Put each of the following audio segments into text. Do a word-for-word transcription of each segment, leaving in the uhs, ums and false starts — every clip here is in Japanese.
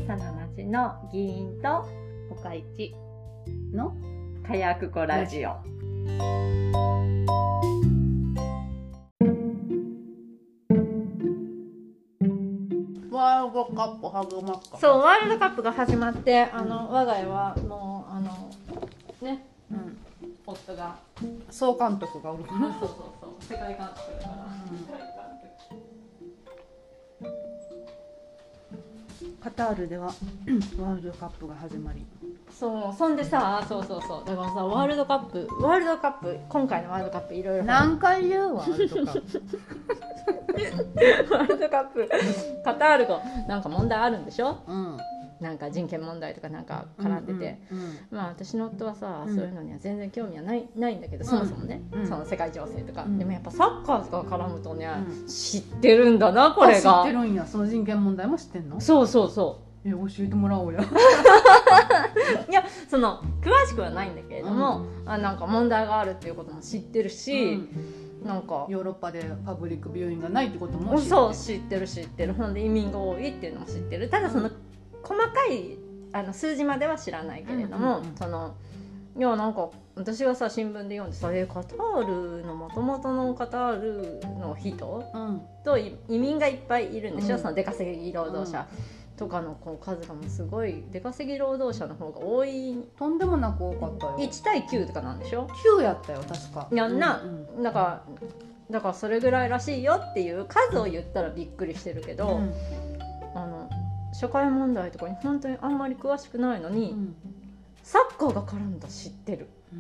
さな町の議員と岡市のかやくこラジオ。 ワールドカップ始まった。 そう、ワールドカップが始まって、あの我が家はもうあのね、うん、夫が総監督がおるかな。 そうそうそう、世界監督だから。うんカタールではワールドカップが始まり、 そう、そんでさ、そうそうそう、だからさ、ワールドカップ、ワールドカップ、今回のワールドカップいろいろ何回言うワールドカップワールドカップ、カタールとなんか問題あるんでしょ、 うん、 なんか人権問題とかなんか絡んでて、うんうんうん、まあ私の夫はさ、うん、そういうのには全然興味はない、ないんだけど、そもそもね、うん、その世界情勢とか、うん、でもやっぱサッカーとか絡むとね、うん、知ってるんだな、これが。 知ってるんや、その人権問題も知ってんの？ そうそうそう。 え、教えてもらおうやいや、その詳しくはないんだけれども、うん、あ、なんか問題があるっていうことも知ってるし、うん、なんかヨーロッパでパブリックビューイングがないってことも知ってる。 そう、知ってる知ってる。ほんで移民が多いっていうのも知ってる。ただその、うん、細かいあの数字までは知らないけれども、うんうんうん、そのいや、なんか私がさ新聞で読んでさ、えカタールのもともとのカタールの人、うん、と移民がいっぱいいるんでしょ、うん、その出稼ぎ労働者、うん、とかのこう数がもうすごい、出稼ぎ労働者の方が多い。 とんでもなく多かったよ。 いちたいきゅうとかなんでしょ。 きゅうやったよ確か。 やんな、うんうん、だからだからそれぐらいらしいよっていう数を言ったらびっくりしてるけど、うん、あの社会問題とかに本当にあんまり詳しくないのに、うん、サッカーが絡んだ知ってる。 うん、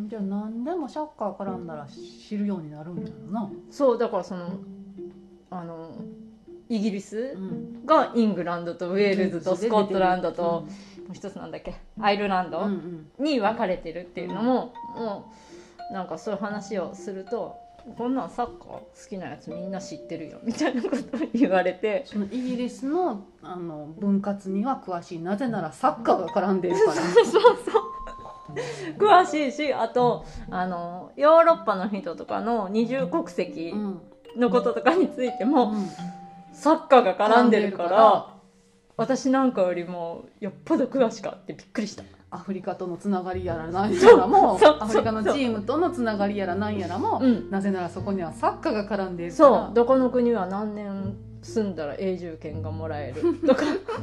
じゃあ何でもサッカー絡んだら知るようになるんだろうな。 そうだからそのあのイギリスがイングランドとウェールズとスコットランドと、もう一つなんだっけ、アイルランドに分かれてるっていうのも、もうなんかそういう話をすると、こんなんサッカー好きなやつみんな知ってるよみたいなことを言われて、 そのイギリス の, あの分割には詳しい。なぜならサッカーが絡んでいるから。 そうそうそう詳しいし、あとあのヨーロッパの人とかの二重国籍のこととかについても、うんうん、サッカーが絡んでるから、私なんかよりもよっぽど詳しかってびっくりした。 アフリカとのつながりやら何やらも、アフリカのチームとのつながりやら何やらも、うん、なぜならそこにはサッカーが絡んでいるから。 そう、どこの国は何年住んだら永住権がもらえるとか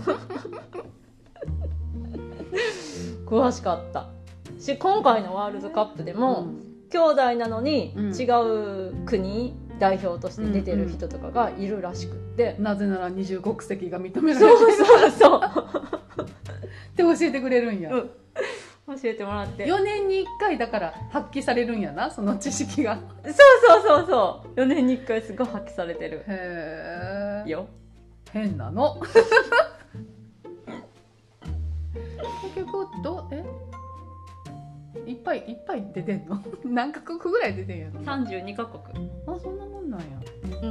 詳しかったし、今回のワールドカップでも、うん、兄弟なのに違う国、うん、代表として出てる人とかがいるらしくって、うんうん、 なぜなら二重国籍が認められてる。 そうそうそうって教えてくれるんや、うん、 教えてもらって。 よねんにいっかいだから発揮されるんやな、その知識が。 そうそうそうそう、よねんにいっかいすごい発揮されてる。 へーよ、 変なの結局どえいっぱいいっぱい出てんの何カ国ぐらい出てんやろ。 さんじゅうにカ国。あ、 そんなもんなんや。 うん、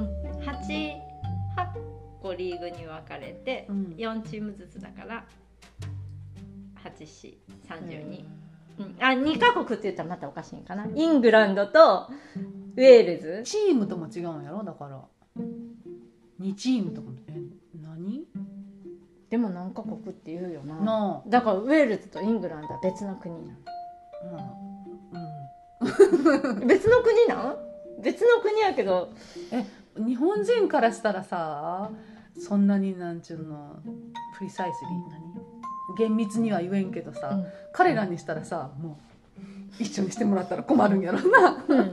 はちこリーグに分かれて、うん、よんチームずつだからはち、よん、さんじゅうに、うん、あ、にカ国って言ったらまたおかしいんかな。イングランドとウェールズ。 チームとも違うんやろ、だからにチームとかも。え、何でも何カ国って言うよな。なあ、だからウェールズとイングランドは別の国なの。うん、別の国なん？別の国やけど、 え、日本人からしたらさ、そんなになんちゅうのプリサイスリー何厳密には言えんけどさ、うん、彼らにしたらさ、もう一緒にしてもらったら困るんやろな、うん、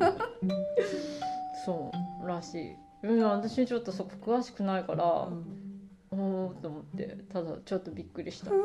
そうらしい。うん、私ちょっとそこ詳しくないから、うん、おーと思って、ただちょっとびっくりした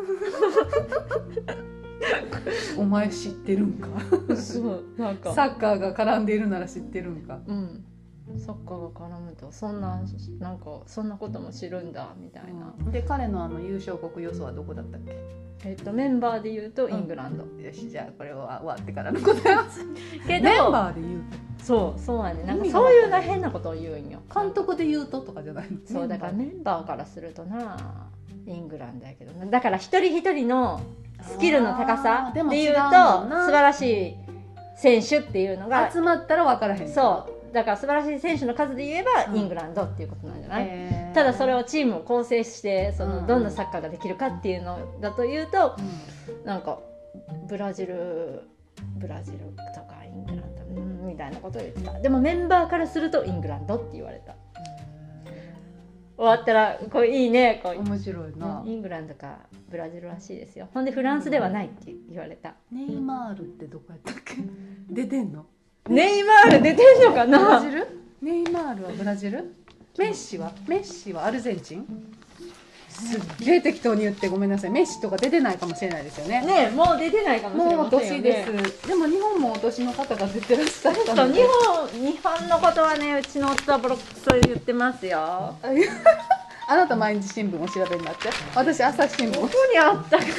お前知ってるんかそう、なんかサッカーが絡んでいるなら知ってるんか。 うん、サッカーが絡むとそんな、なんかそんなことも知るんだみたいな、 うん、で彼のあの優勝国予想はどこだったっけ。 えっと、メンバーで言うとイングランド、 うん、よし、じゃあこれは終わってからの答えますけど、メンバーで言うと、 そうそうやね、なんかそういうな変なことを言うんよ。 監督で言うととかじゃないの。 そうだからメンバーからするとな、イングランドやけどな。だから一人一人のスキルの高さでいうと素晴らしい選手っていうのが集まったら分からへん。 そだから素晴らしい選手の数で言えば、うん、イングランドっていうことなんじゃない、 えー、 ただそれをチームを構成してその、 うん、 どんなサッカーができるかっていうのだというと、うん、なんかブラジルブラジルとかイングランド、うん、みたいなことを言ってた。でもメンバーからするとイングランドって言われた。終わったらこういいねこう面白いな。 イングランドかブラジルらしいですよ。ほんでフランスではないって言われた。 ネイマールってどこやったっけ？出てんの？ ネイマール出てんのかな？ ブラジル？ネイマールはブラジル？メッシは？メッシはアルゼンチン？すっげえ適当に言ってごめんなさい。メッシとか出てないかもしれないですよね。 ねえ、もう出てないかもしれませんよね。 もうお年です。でも日本もお年の方が出てらっしゃったので。 日本日本のことはね、うちの夫はボロクソ言ってますよ。 あなた毎日新聞を調べになって、私朝日新聞。 ここにあったから。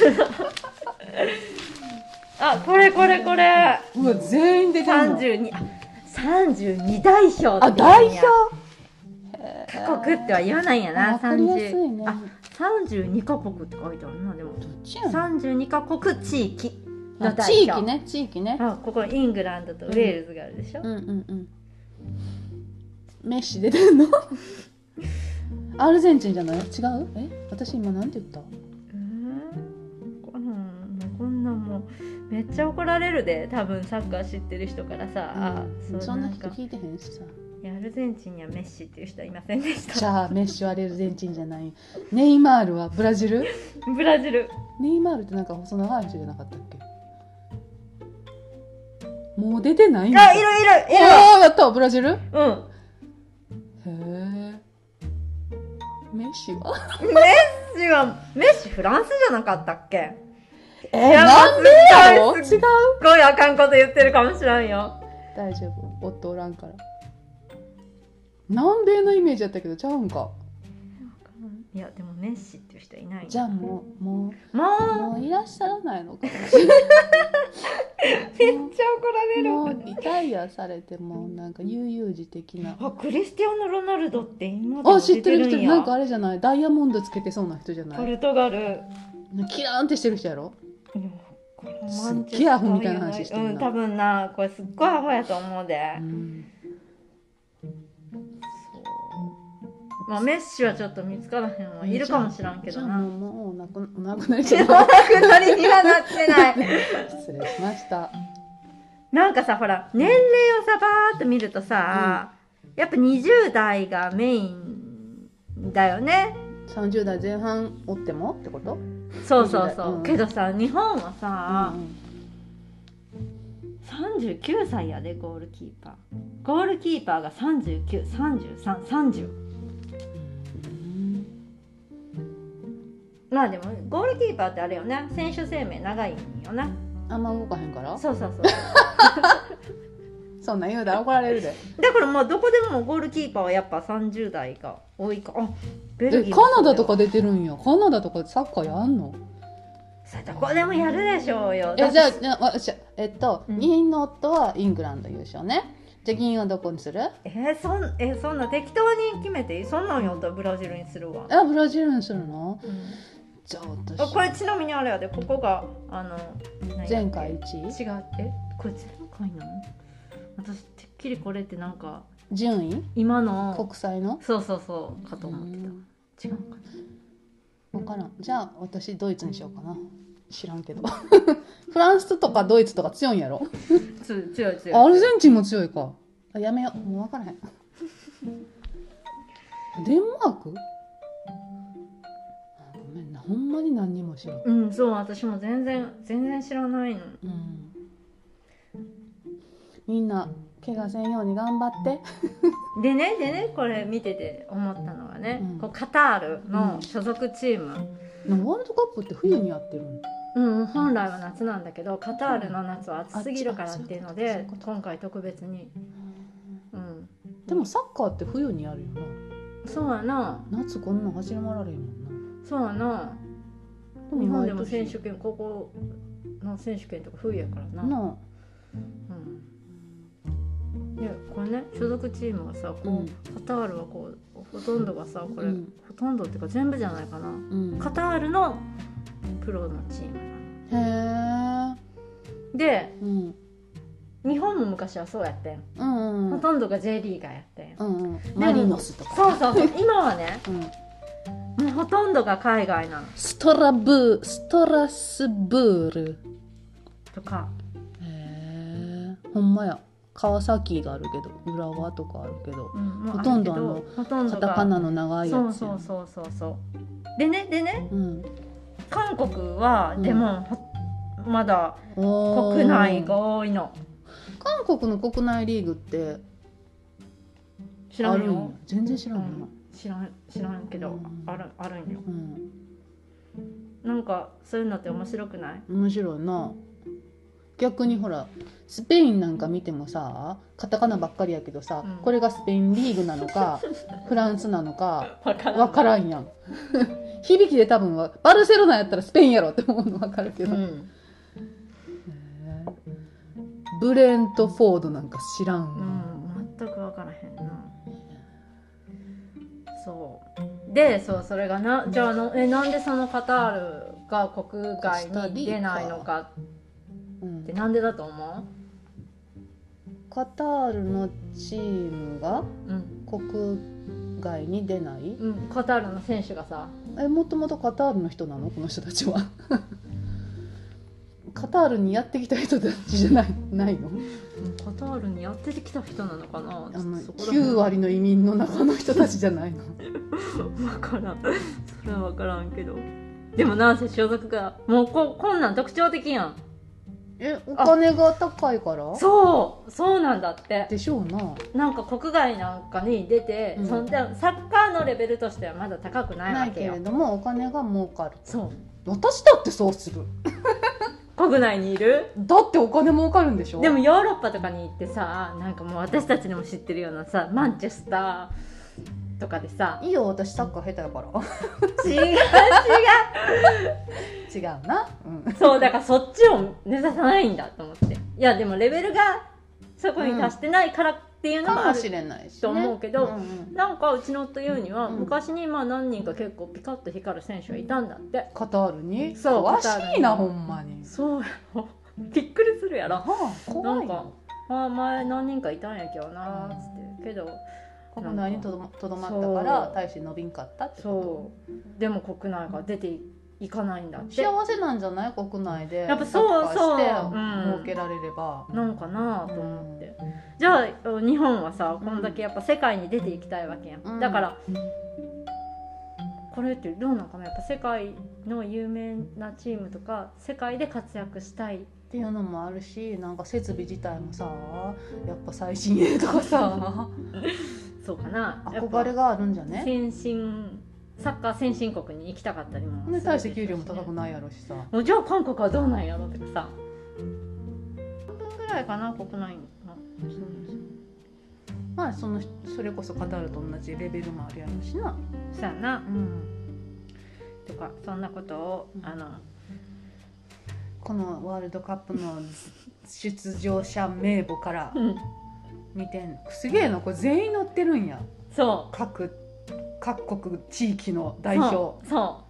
あ、これこれこれ。 もう全員出てるの。 三十二、あ、三十二代表って。 あ、代表。 各国っては言わないんやな。 三十。 あ、三十二カ国って書いてあるな。でも三十二カ国地域の代表。 地域ね、地域ね。 あ、ここイングランドとウェールズがあるでしょ。 うんうんうん。メッシ出てるの？アルゼンチンじゃない？違う？え？私今なんて言った？ うん、こんこんなんもうめっちゃ怒られるで、多分サッカー知ってる人からさ、うん、あ、 そう、そんな人聞いてへんしさ。 いや、アルゼンチンにはメッシっていう人はいませんでした。 じゃあメッシはアルゼンチンじゃない。ネイマールはブラジル？ ブラジル。 ネイマールってなんか細長い人じゃなかったっけ？もう出てないんだ。 あ、いるいるいる。 ああ、やった、ブラジル？ うん。 へえ。メッシは？ メッシはメッシフランスじゃなかったっけ？ えー、なんでやろ？違う。 すっごいあかんこと言ってるかもしれんよ。 大丈夫、夫おらんから。南米のイメージやったけどちゃうんか。 いやでもメッシっていう人いない。 じゃあもうもうもうもういらっしゃらないのかもしれない。 めっちゃ怒られる。 もうリタイアされてもなんか悠々自適な。 あ、クリスティアーノ・ロナルドって今でもあ、知ってる出てるんや。 人、なんかあれじゃない、ダイヤモンドつけてそうな人じゃない。 ポルトガル。 キラーンってしてる人やろ。 すっげえアホみたいな話してるな。 うん、多分な、これすっごいアホやと思うで。うん、まあ、メッシはちょっと見つからへんわ。いるかもしらんけどな。 もうもうなくなくなりちゃう。 なくなりにはなってない。 失礼しました。 なんかさ、ほら年齢をさバーっと見るとさ、うん、やっぱにじゅう代がメインだよね。 さんじゅう代前半おってもってこと？ そうそうそう。うん、けどさ、日本はさ、うんうん、さんじゅうきゅうさいやで、ゴールキーパー。ゴールキーパーがさんじゅうきゅう、さんじゅうさん、さんじゅう。まあでもゴールキーパーってあれよね、選手生命長いんよな。 あんま動かへんから。 そうそうそう。 そんなん言うたら怒られるで。 だからまあどこでもゴールキーパーはやっぱさんじゅう代が多いか。あ、ベルギー。 カナダとか出てるんや。カナダとかサッカーやんの？ さあどこでもやるでしょうよ。 え、じゃあ私えっと、うん、銀の夫はイングランド優勝ね。じゃあ銀はどこにする？ えー、そんえそんな適当に決めていい？そんなんやったらブラジルにするわ。 あ、ブラジルにするの？うん、じゃあ私。 あ、これちなみにあれやで、ここがあの前回いちい？ 違う、え、これ前回なの？私てっきりこれってなんか順位？ 今の国際の？ そうそうそうかと思ってた。違うかな。 分からん。じゃあ私ドイツにしようかな。知らんけど。フランスとかドイツとか強いんやろ？ 強い強い強い。 アルゼンチンも強いか。あ、やめよう。もう分からへん。デンマーク？ごめんな、ほんまに何にも知らん。 うん、そう、私も全然全然知らないの。うん、 みんな怪我せんように頑張って。 でねでね、これ見てて思ったのがね、うん、こうカタールの所属チーム、 うん、ワールドカップって冬にやってるの？ うん、本来は夏なんだけど、カタールの夏は暑すぎるからっていうので、今回特別に、 うん、でもサッカーって冬にやるよな。 そうやな。 夏こんなん走り回られへんもんな。 そうやな。日本でも選手権、高校の選手権とか冬やからな。なあ、うん。でこれね、所属チームがさ、こう、うん、カタールはこうほとんどがさ、これ、うん、ほとんどっていうか全部じゃないかな、うん、カタールのプロのチームなの。へー。で、うん、 日本も昔はそうやってん、 うんうん、 ほとんどが J リーガーやってん、 うんうん、マリノスとか。 そうそうそう今はね、 うん、 もうほとんどが海外なの。 ストラブストラスブールとか。 へえ、ほんまや。川崎があるけど浦和とかあるけど、うん、ほとんどあのほとんどカタカナの長いやつ。 そうそうそうそうそう。でねでね、うん、韓国は、うん、でもまだ国内が多いの。 韓国の国内リーグって知らんよ。 全然知らんよ、うん、 知らん知らんけど、うん、あるあるんよ、うん、なんかそういうのって面白くない？ 面白いな。逆にほらスペインなんか見てもさ、カタカナばっかりやけどさ、うん、これがスペインリーグなのかフランスなのか分からんやん響きで多分はバルセロナやったらスペインやろって思うの分かるけど、うん、ブレントフォードなんか知らん、 うん、全く分からへんな。そうで、そうそれがな、じゃあのえなんでそのカタールが国外に出ないのかってなんでだと思う？ カタールのチームが国外に出ない、 うん、カタールの選手がさ、 えもともとカタールの人なのこの人たちはカタールにやってきた人たちじゃないないの？ カタールにやってきた人なのかな。 あのきゅうわりの移民の中の人たちじゃないの分からん、それは分からんけど、でもなんせ所属がもう こ, こんなん特徴的やん。 えお金が高いから？ そうそうなんだってでしょうな。 なんか国外なんかに出て、うん、そんでサッカーのレベルとしてはまだ高くないわけよ。 ないけれどもお金が儲かる。 そう私だってそうする国内にいる？ だってお金儲かるんでしょ。 でもヨーロッパとかに行ってさ、なんかもう私たちにも知ってるようなさ、マンチェスターとかでさ、 いいよ私サッカー下手やから違う違う違うな、うん、そうだからそっちを目指さないんだと思って。いやでもレベルがそこに達してないからっていうのもあると思うけど、うんうん、なんかうちの夫言うには、うん、昔にまあ何人か結構ピカッと光る選手がいたんだって。 カタールに？ そう詳しいなほんまに。 そうびっくりするやろ、はあ、怖い。 なんか、まあ、前何人かいたんやけどなっつってけど国内にとど ま, とどまったから大して伸びんかったってこと。そうでも国内から出ていかないんだって。 幸せなんじゃない？国内でやっぱそうそうして儲けられれば、 うん、なんかなと思って、うん、じゃあ日本はさこんだけやっぱ世界に出ていきたいわけやん、うん、だから、うん、これってどうなんかな、やっぱ世界の有名なチームとか世界で活躍したいっていうのもあるし、なんか設備自体もさやっぱ最新鋭とかさそうかな、 憧れがあるんじゃね。 先進サッカー先進国に行きたかったりも、 ね、大して給料も高くないやろしさ。 もうじゃあ韓国はどうなんやろってかさ、半分ぐらいかな国内の。 まあそのそれこそカタールと同じレベルもあるやろしな。 そうやな、うん、とかそんなことを、うん、あのこのワールドカップの出場者名簿から見てん、すげえな、これ全員載ってるんや。 そう、 各各国地域の代表。 そうそう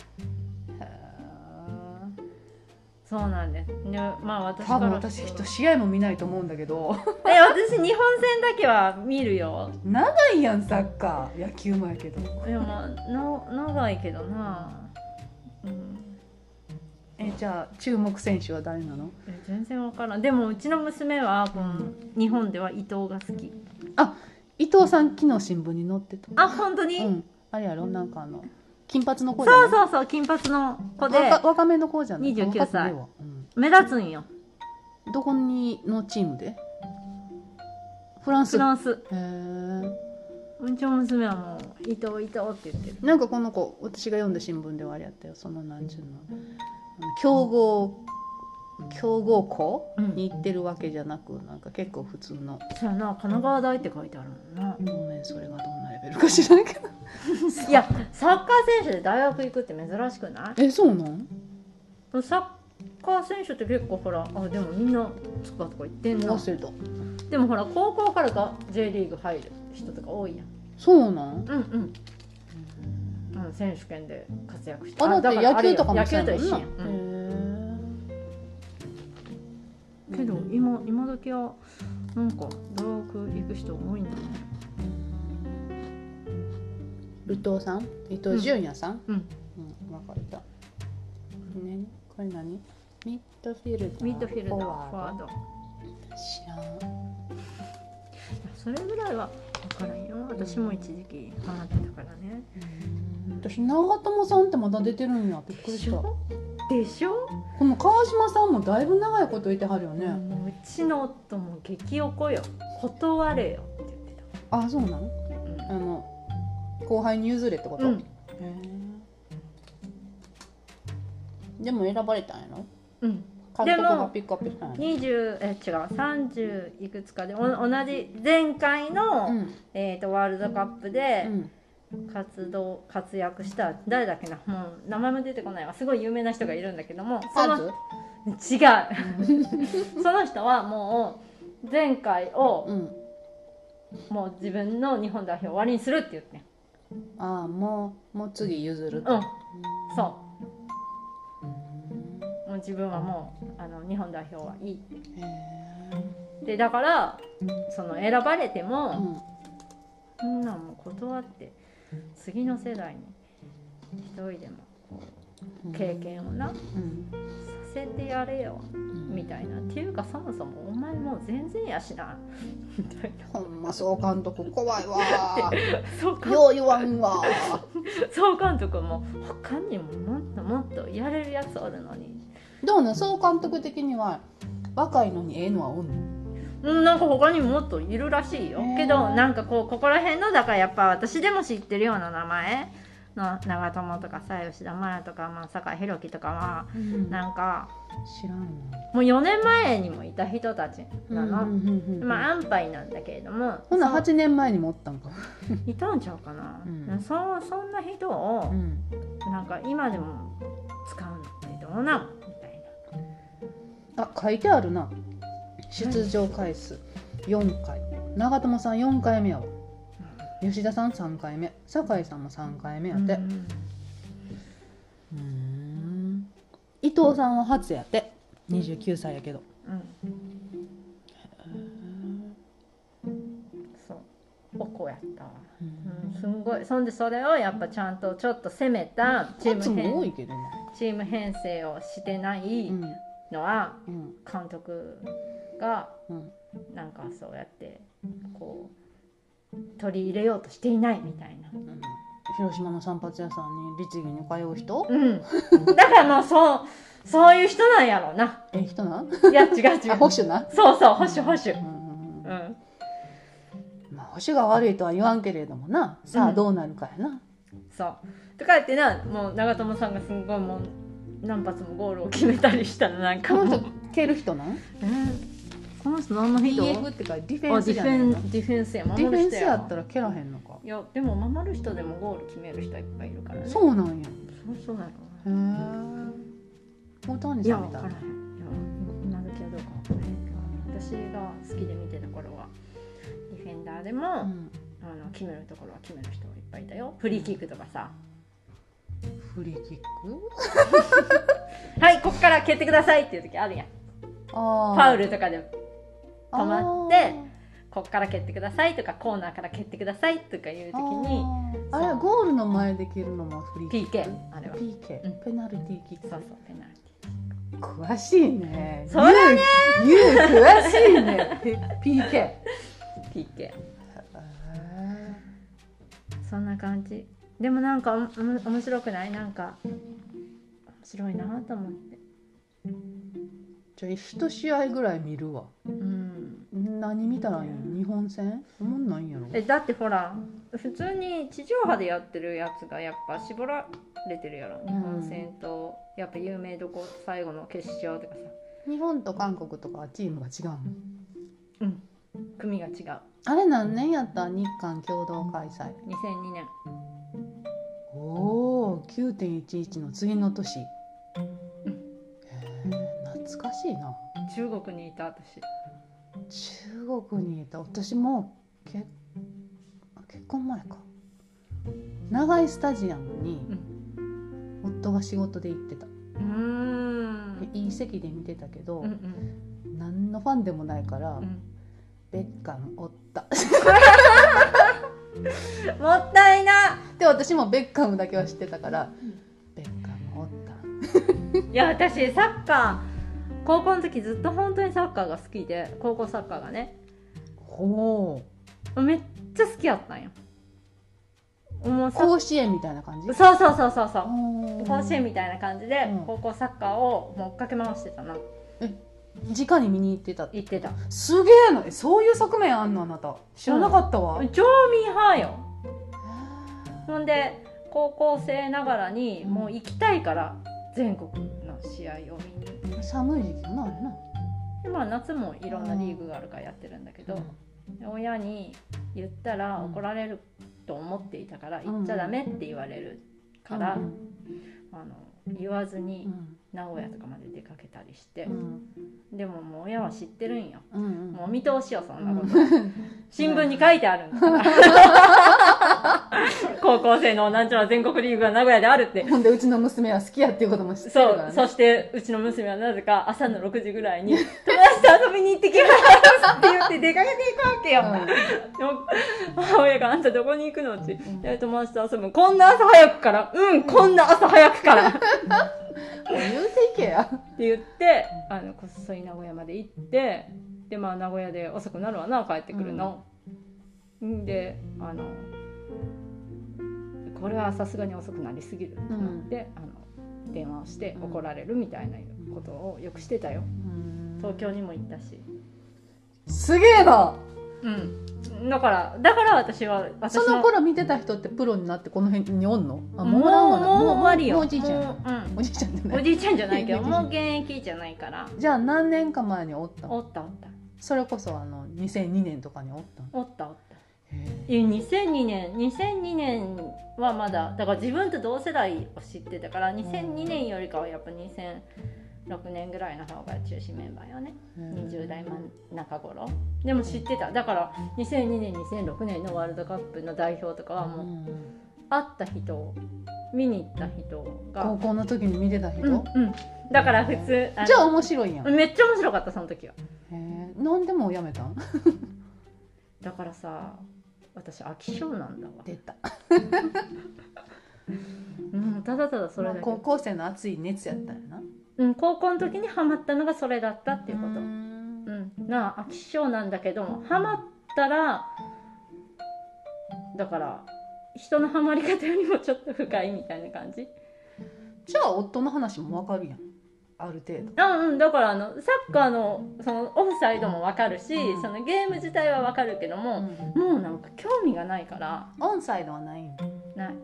そうなんです。でまあ私から多分私一試合も見ないと思うんだけどえ私日本戦だけは見るよ。 長いやんサッカー、野球もやけど。 いやまあな長いけどな、うん、 えじゃあ注目選手は誰なの？ え全然わからん。でもうちの娘はこの、うん、日本では伊藤が好き。 あ、伊藤さん昨日新聞に載ってた。 あ本当に、 うん、あれやろ、なんかあの金髪の子じゃない？ そうそうそう金髪の子で若, 若めの子じゃない？ にじゅうきゅうさい、うん、目立つんよ。 どこにのチームで？フランス。 フランス。へえ。 うちの娘はもう伊藤伊藤って言ってる。 なんかこの子私が読んだ新聞ではあれやったよ、そのなんちゅうの強豪強豪校に行ってるわけじゃなく、うん、なんか結構普通の。 そうやな、神奈川大って書いてあるもんな。 ごめんそれがどんなレベルか知らんけどいやサッカー選手で大学行くって珍しくない？ えそうなん？ サッカー選手って結構ほら、あでもみんなつかとか言ってんな。 忘れた。 でもほら高校からが J リーグ入る人とか多いやん。 そうなん？ うんうん。うん、選手権で活躍して。 あだって野球とかも野球と一緒やん。 けど、うん、今今時はなんか大学行く人多いんだね。 ルトーさん、伊藤純也さん、 うん、うん、 分かれた。ね、これ何？ミッドフィルダー、 ミッドフィルダー、フォワード。 知らん。 それぐらいは分からんよ。私も一時期ハマってたからね。 うん、私長友さんってまだ出てるんや、びっくりした。 でしょ？ この川島さんもだいぶ長いこといてはるよね。 もううちの夫も激おこよ、断れよって言ってた。 あ、そうなの？うん、あの後輩に譲れってこと？うん、へえ。でも選ばれたんやろ？うん。監督がピックアップしたんやろ？ にじゅうえ違うさんじゅういくつかでお同じ前回の、うん、えーとワールドカップで。うん、活動活躍した誰だっけな、もう名前も出てこないわ、すごい有名な人がいるんだけども、その違うその人はもう前回を、うん、もう自分の日本代表終わりにするって言って、 ああ、もうもう次譲ると、 うん、そう、もう自分はもうあの日本代表はいいってで、だからその選ばれても、そ、うん、んなんもう断って次の世代に一人でもこう経験をな、うん、させてやれよ、うん、みたいな。っていうかそもそもお前もう全然やしなみたいな。 ほんま総監督怖いわよう言わんわ総監督も他にももっともっとやれるやつおるのに。 どうなん、総監督的には若いのにええのはおんの？ なんか他にももっといるらしいよ、けどなんかこうここら辺のだからやっぱ私でも知ってるような名前の長友とかさ、吉田麻也とか、まあ、酒井宏樹とかは、うん、なんか知らんのもうよねんまえにもいた人たちなの、うんうんうんうん、まあ安牌なんだけれども、 ほなはちねんまえにもおったんかいたんちゃうかな、うん、そ, そんな人を、うん、なんか今でも使うのってどうなのみたいな。あ、書いてあるな、出場回数よんかい、長友さんよんかいめやわ、うん、吉田さんさんかいめ、酒井さんもさんかいめやって、うん、うーん、伊藤さんは初やって、にじゅうきゅうさいやけど、 うん、そうおこやったわ、うんうん、すんごい。そんでそれをやっぱちゃんとちょっと攻めたチーム編、チーム編成をしてないのは、うん、監督がなんかそうやってこう取り入れようとしていないみたいな、うん、 広島の散髪屋さんに律儀に通う人、 うん、だからもうそうそういう人なんやろうな。 え、人なん？ いや違う違う保守な、 そうそう、保守保守、うんうんうん、 まあ保守が悪いとは言わんけれどもな、さあどうなるかやな、うん、 そうとか言ってな、もう長友さんがすんごいもう何発もゴールを決めたりしたらなんかもうこの人蹴る人なん？ えーこの人何の人？ ディーエフ ってかディフェンスじゃないの？ ディフェンスや、守る人や。ディフェンスやったら蹴らへんのか。 いやでも守る人でもゴール決める人はいっぱいいるからね。 そうなんや。 そうそうやろ。 へー。大谷さんみたいな。いや分からへん。いや今時はどうか分からへんけど、私が好きで見てた頃はディフェンダーでも、うん、あの決めるところは決める人がいっぱいいたよ。フリーキックとかさ。 フリーキック？ はい、こっから蹴ってくださいっていう時あるやん。あファウルとかで止まってこっから蹴ってくださいとか、コーナーから蹴ってくださいとかいう時に、 あれゴールの前で蹴るのもフリーキック？ ピーケー あれはピーケー、うん、ペナルティーキック。 そうそう、ペナルティー。詳しいね。 そうだね。 ゆう詳しいね。ピーケー ピーケー そんな感じ。でもなんかおも面白くない？なんか面白いなと思って。 じゃあ一試合ぐらい見るわ、うん、何見たらいいの？日本戦？思んないんやろ。 えだってほら普通に地上波でやってるやつがやっぱ絞られてるやろ、日本戦と、うん、やっぱ有名どこ最後の決勝とかさ。 日本と韓国とかはチームが違うの？ うん、組が違う。 あれ何年やった？日韓共同開催にせんにねん。 おー きゅうてんいちいち の次の年、うん、へー懐かしいな。 中国にいた私。 中国にいた私もけ結婚前か。長いスタジアムに夫が仕事で行ってた。うーんいい席で見てたけど、うんうん、何のファンでもないから、 うん、 ベッカムおったもったいな。 で私もベッカムだけは知ってたから、うん、ベッカムおったいや私サッカー高校の時ずっと本当にサッカーが好きで、高校サッカーがね、 ほうめっちゃ好きやったんよ。 もう甲子園みたいな感じ。 そうそうそうそうそう、甲子園みたいな感じで、うん、高校サッカーをもう追っかけ回してたな。え直に見に行ってた。 行ってた。 すげえな、そういう側面あんのあなた。知らなかったわ。 うん、超ミーハーよ。ほんで高校生ながらにもう行きたいから全国の試合を見に。 寒い時期かなあれな。 でまあ夏もいろんなリーグがあるからやってるんだけど、うん、親に言ったら怒られると思っていたから、行っちゃダメって言われるから、うん、あの言わずに名古屋とかまで出かけたりして、うん、でももう親は知ってるんよ、うんうん、もう見通しよそんなこと、うん、新聞に書いてあるんだから高校生のなんちゃら全国リーグが名古屋であるって。 ほんでうちの娘は好きやっていうことも知ってるからね。 そう、そしてうちの娘はなぜか朝のろくじぐらいに友達と遊びに行ってきますって言って出かけていくわけよ、うん、でも母親があんたどこに行くのって、うん、友達と遊ぶ。こんな朝早くから、うん、こんな朝早くからもう言うていけやって言って、あのこっそり名古屋まで行って、でまあ名古屋で遅くなるわな帰ってくるの、うん、であのこれはさすがに遅くなりすぎるってなって、うん、あの電話をして怒られるみたいなことをよくしてたよ、うん、東京にも行ったし。 すげえな。 うん、だからだから私は私のその頃見てた人ってプロになってこの辺におんの？あもうもうもう終わりよ。 もうおじいちゃん、うん、おじいちゃんじゃない。 おじいちゃんじゃないけどもう現役じゃないから。 じゃあ何年か前におったおったおった。 それこそあのにせんにねんとかにおったおったおった。にせんにねんにせんにねんはまだだから自分と同世代を知ってたから、にせんにねんよりかはやっぱにせんろくねんぐらいの方が中心メンバーよね。にじゅう代真ん中頃でも知ってた。だからにせんにねんにせんろくねんのワールドカップの代表とかはもう会った人、見に行った人が高校の時に見てた人、 うんうん、だから普通じゃあ面白いやん。 めっちゃ面白かったその時は。 へえ、なんでもうやめたんだからさ私飽き性なんだわ。 出たうん、ただただそれだけ、 まあ、高校生の熱い熱やったよな。 うん、高校の時にハマったのがそれだったっていうこと。うん、なあ飽き性なんだけどもハマったらだから人のハマり方よりもちょっと深いみたいな感じ。 じゃあ夫の話もわかるやんある程度。 あ、うん、だからあのサッカーのそのオフサイドもわかるし、うん、そのゲーム自体はわかるけども、うん、もうなんか興味がないから。 オンサイドはないんない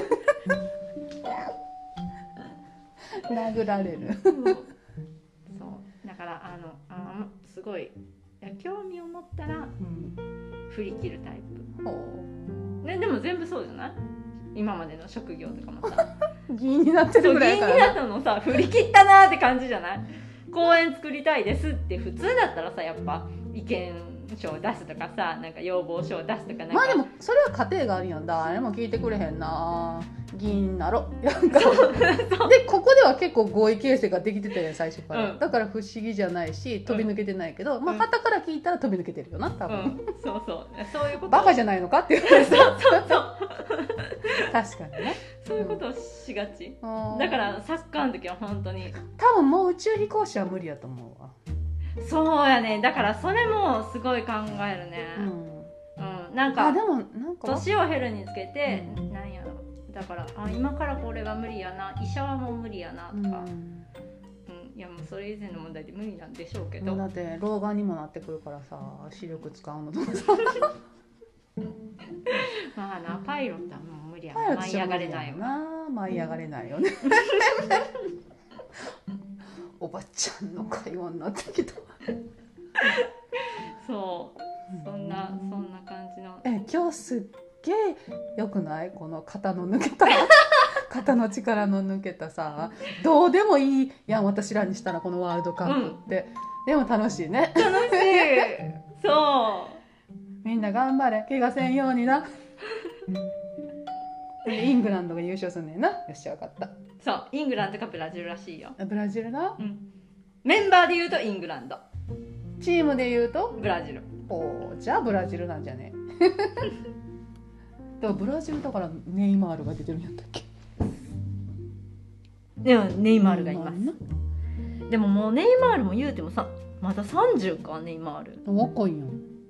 殴られるそうだからあのあすごい興味を持ったら、うん、振り切るタイプ、ね、でも全部そうじゃない？今までの職業とかもさ議員になってるぐらいから議員になったのさ振り切ったなって感じじゃない？公園作りたいですって普通だったらさやっぱ意見書を出すとかさなんか要望書を出すとかなんかまあでもそれは家庭があるやん。誰も聞いてくれへんな議員になろなんかでここでは結構合意形成ができてたよ最初から、うん、だから不思議じゃないし飛び抜けてないけど、うん、まあ旗から聞いたら飛び抜けてるよな多分、うん、 そうそうそういうことバカじゃないのかっていうそうそうそう確かにねそういうことをしがち、うん、だからサッカーの時は本当に多分もう宇宙飛行士は無理やと思うわ。 そうやね。だからそれもすごい考えるね、うんうん、なんかあでもなんか年を経るにつけて、うん、なんやろだからあ今からこれは無理やな医者はもう無理やなとか、うんうん、いやもうそれ以前の問題で無理なんでしょうけどだって老眼にもなってくるからさ視力使うのとかまあなパイロットはもう無理やな。舞い上がれないよな。 舞い上がれないよねおばちゃんの会話になってきたそうそんなそんな感じのえ今日すっげえよくないこの肩の抜けた肩の力の抜けたさどうでもいいやん私らにしたらこのワールドカップって、うん、でも楽しいね楽しいそうみんな頑張れ怪我せんようになイングランドが優勝するねんな。よし分かった。 そうイングランドかブラジルらしいよ。 ブラジルな、 うん、メンバーで言うとイングランドチームで言うとブラジル。 おーじゃあブラジルなんじゃねでもブラジルだからネイマールが出てるんやったっけ。 でもネイマールがいます。 ネイマでももうネイマールも言うてもさまださんじゅうか。ネイマールール若いやん。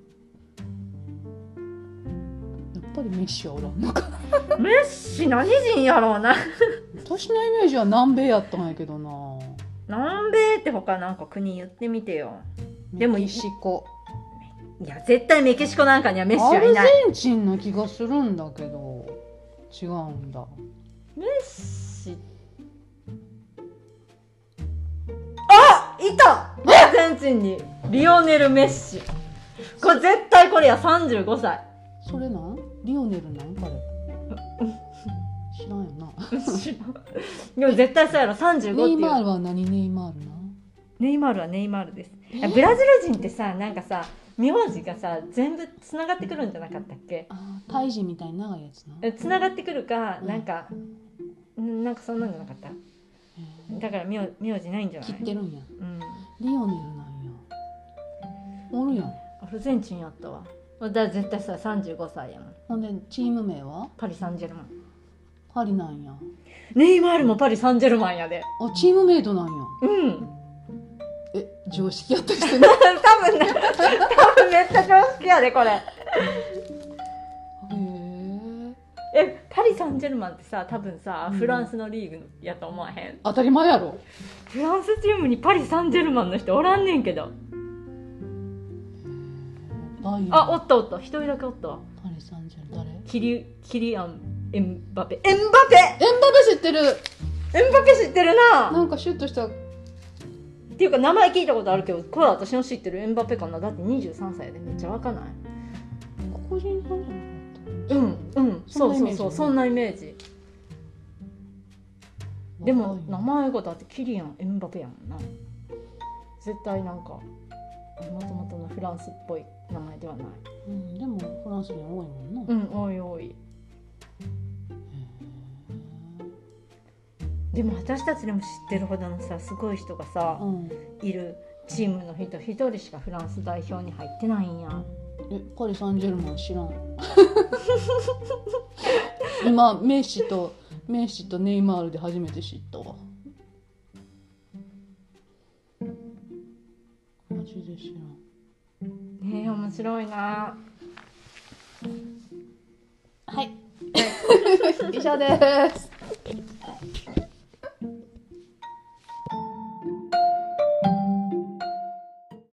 やっぱりメッシはおらんのか。 メッシ何人やろうな私のイメージは南米やったんやけどな。 南米って他なんか国言ってみてよ。でもメキシコ、 いや絶対メキシコなんかにはメッシアルゼはいない。 ンチンな気がするんだけど違うんだ。 メッシあいたアルゼンチンにリオネル・メッシ。これ絶対これやさんじゅうごさい。 それなんリオネルなん彼知らんよな。 でも絶対そうやろ。さんじゅうごっていう。 ネイマールは何ネイマールな。 ネイマールはネイマールです。ブラジル人ってさなんかさ名字がさ全部つながってくるんじゃなかったっけ。 あタイ人みたいな長いやつな。 つながってくるかうんなんか、んなんかそんなんじゃなかった。だから名名字ないんじゃない。 切ってるんや。 うん、 リオネルなんや。おるやん。 アルゼンチンやったわ。だから絶対ささんじゅうごさいやもん。 ほんでチーム名はパリ・サンジェルマン。 パリなんや。 ネイマールもパリ・サンジェルマンやで。 あチームメイトなんや。 うんえ常識やったりしてね。 多分ね多分めっちゃ常識やでこれ。 へえ。 えパリ・サンジェルマンってさ多分さ、 うんフランスのリーグやと思わへん。 当たり前やろ。 フランスチームにパリ・サンジェルマンの人おらんねんけど。 バイエルあおったおった一人だけおったわ。 パリサンジェル誰？ キリキリアンエンバペ。エンバペエンバペ知ってる。 エンバペ知ってるな。 なんかシュッとした。 っていうか名前聞いたことあるけどこれ私の知ってるエンバペかな。だってにじゅうさんさいでめっちゃ若ない。 黒人さんじゃなかったうんうんそんなイメージそうそうそうそんなイメージ。でも名前がだってキリアン・エンバペやもんな。絶対なんかもともとのフランスっぽい名前ではない。 うん、でもフランス人多いもんな。 うん多い多い。でも私たちでも知ってるほどのさすごい人がさ、 うん、 いるチームの人一人しかフランス代表に入ってないんや。 えパリ・サンジェルマン知らん。今メッシとメッシとネイマールで初めて知ったわ。マジで知らん。 ねえ面白いな。 はい以上です。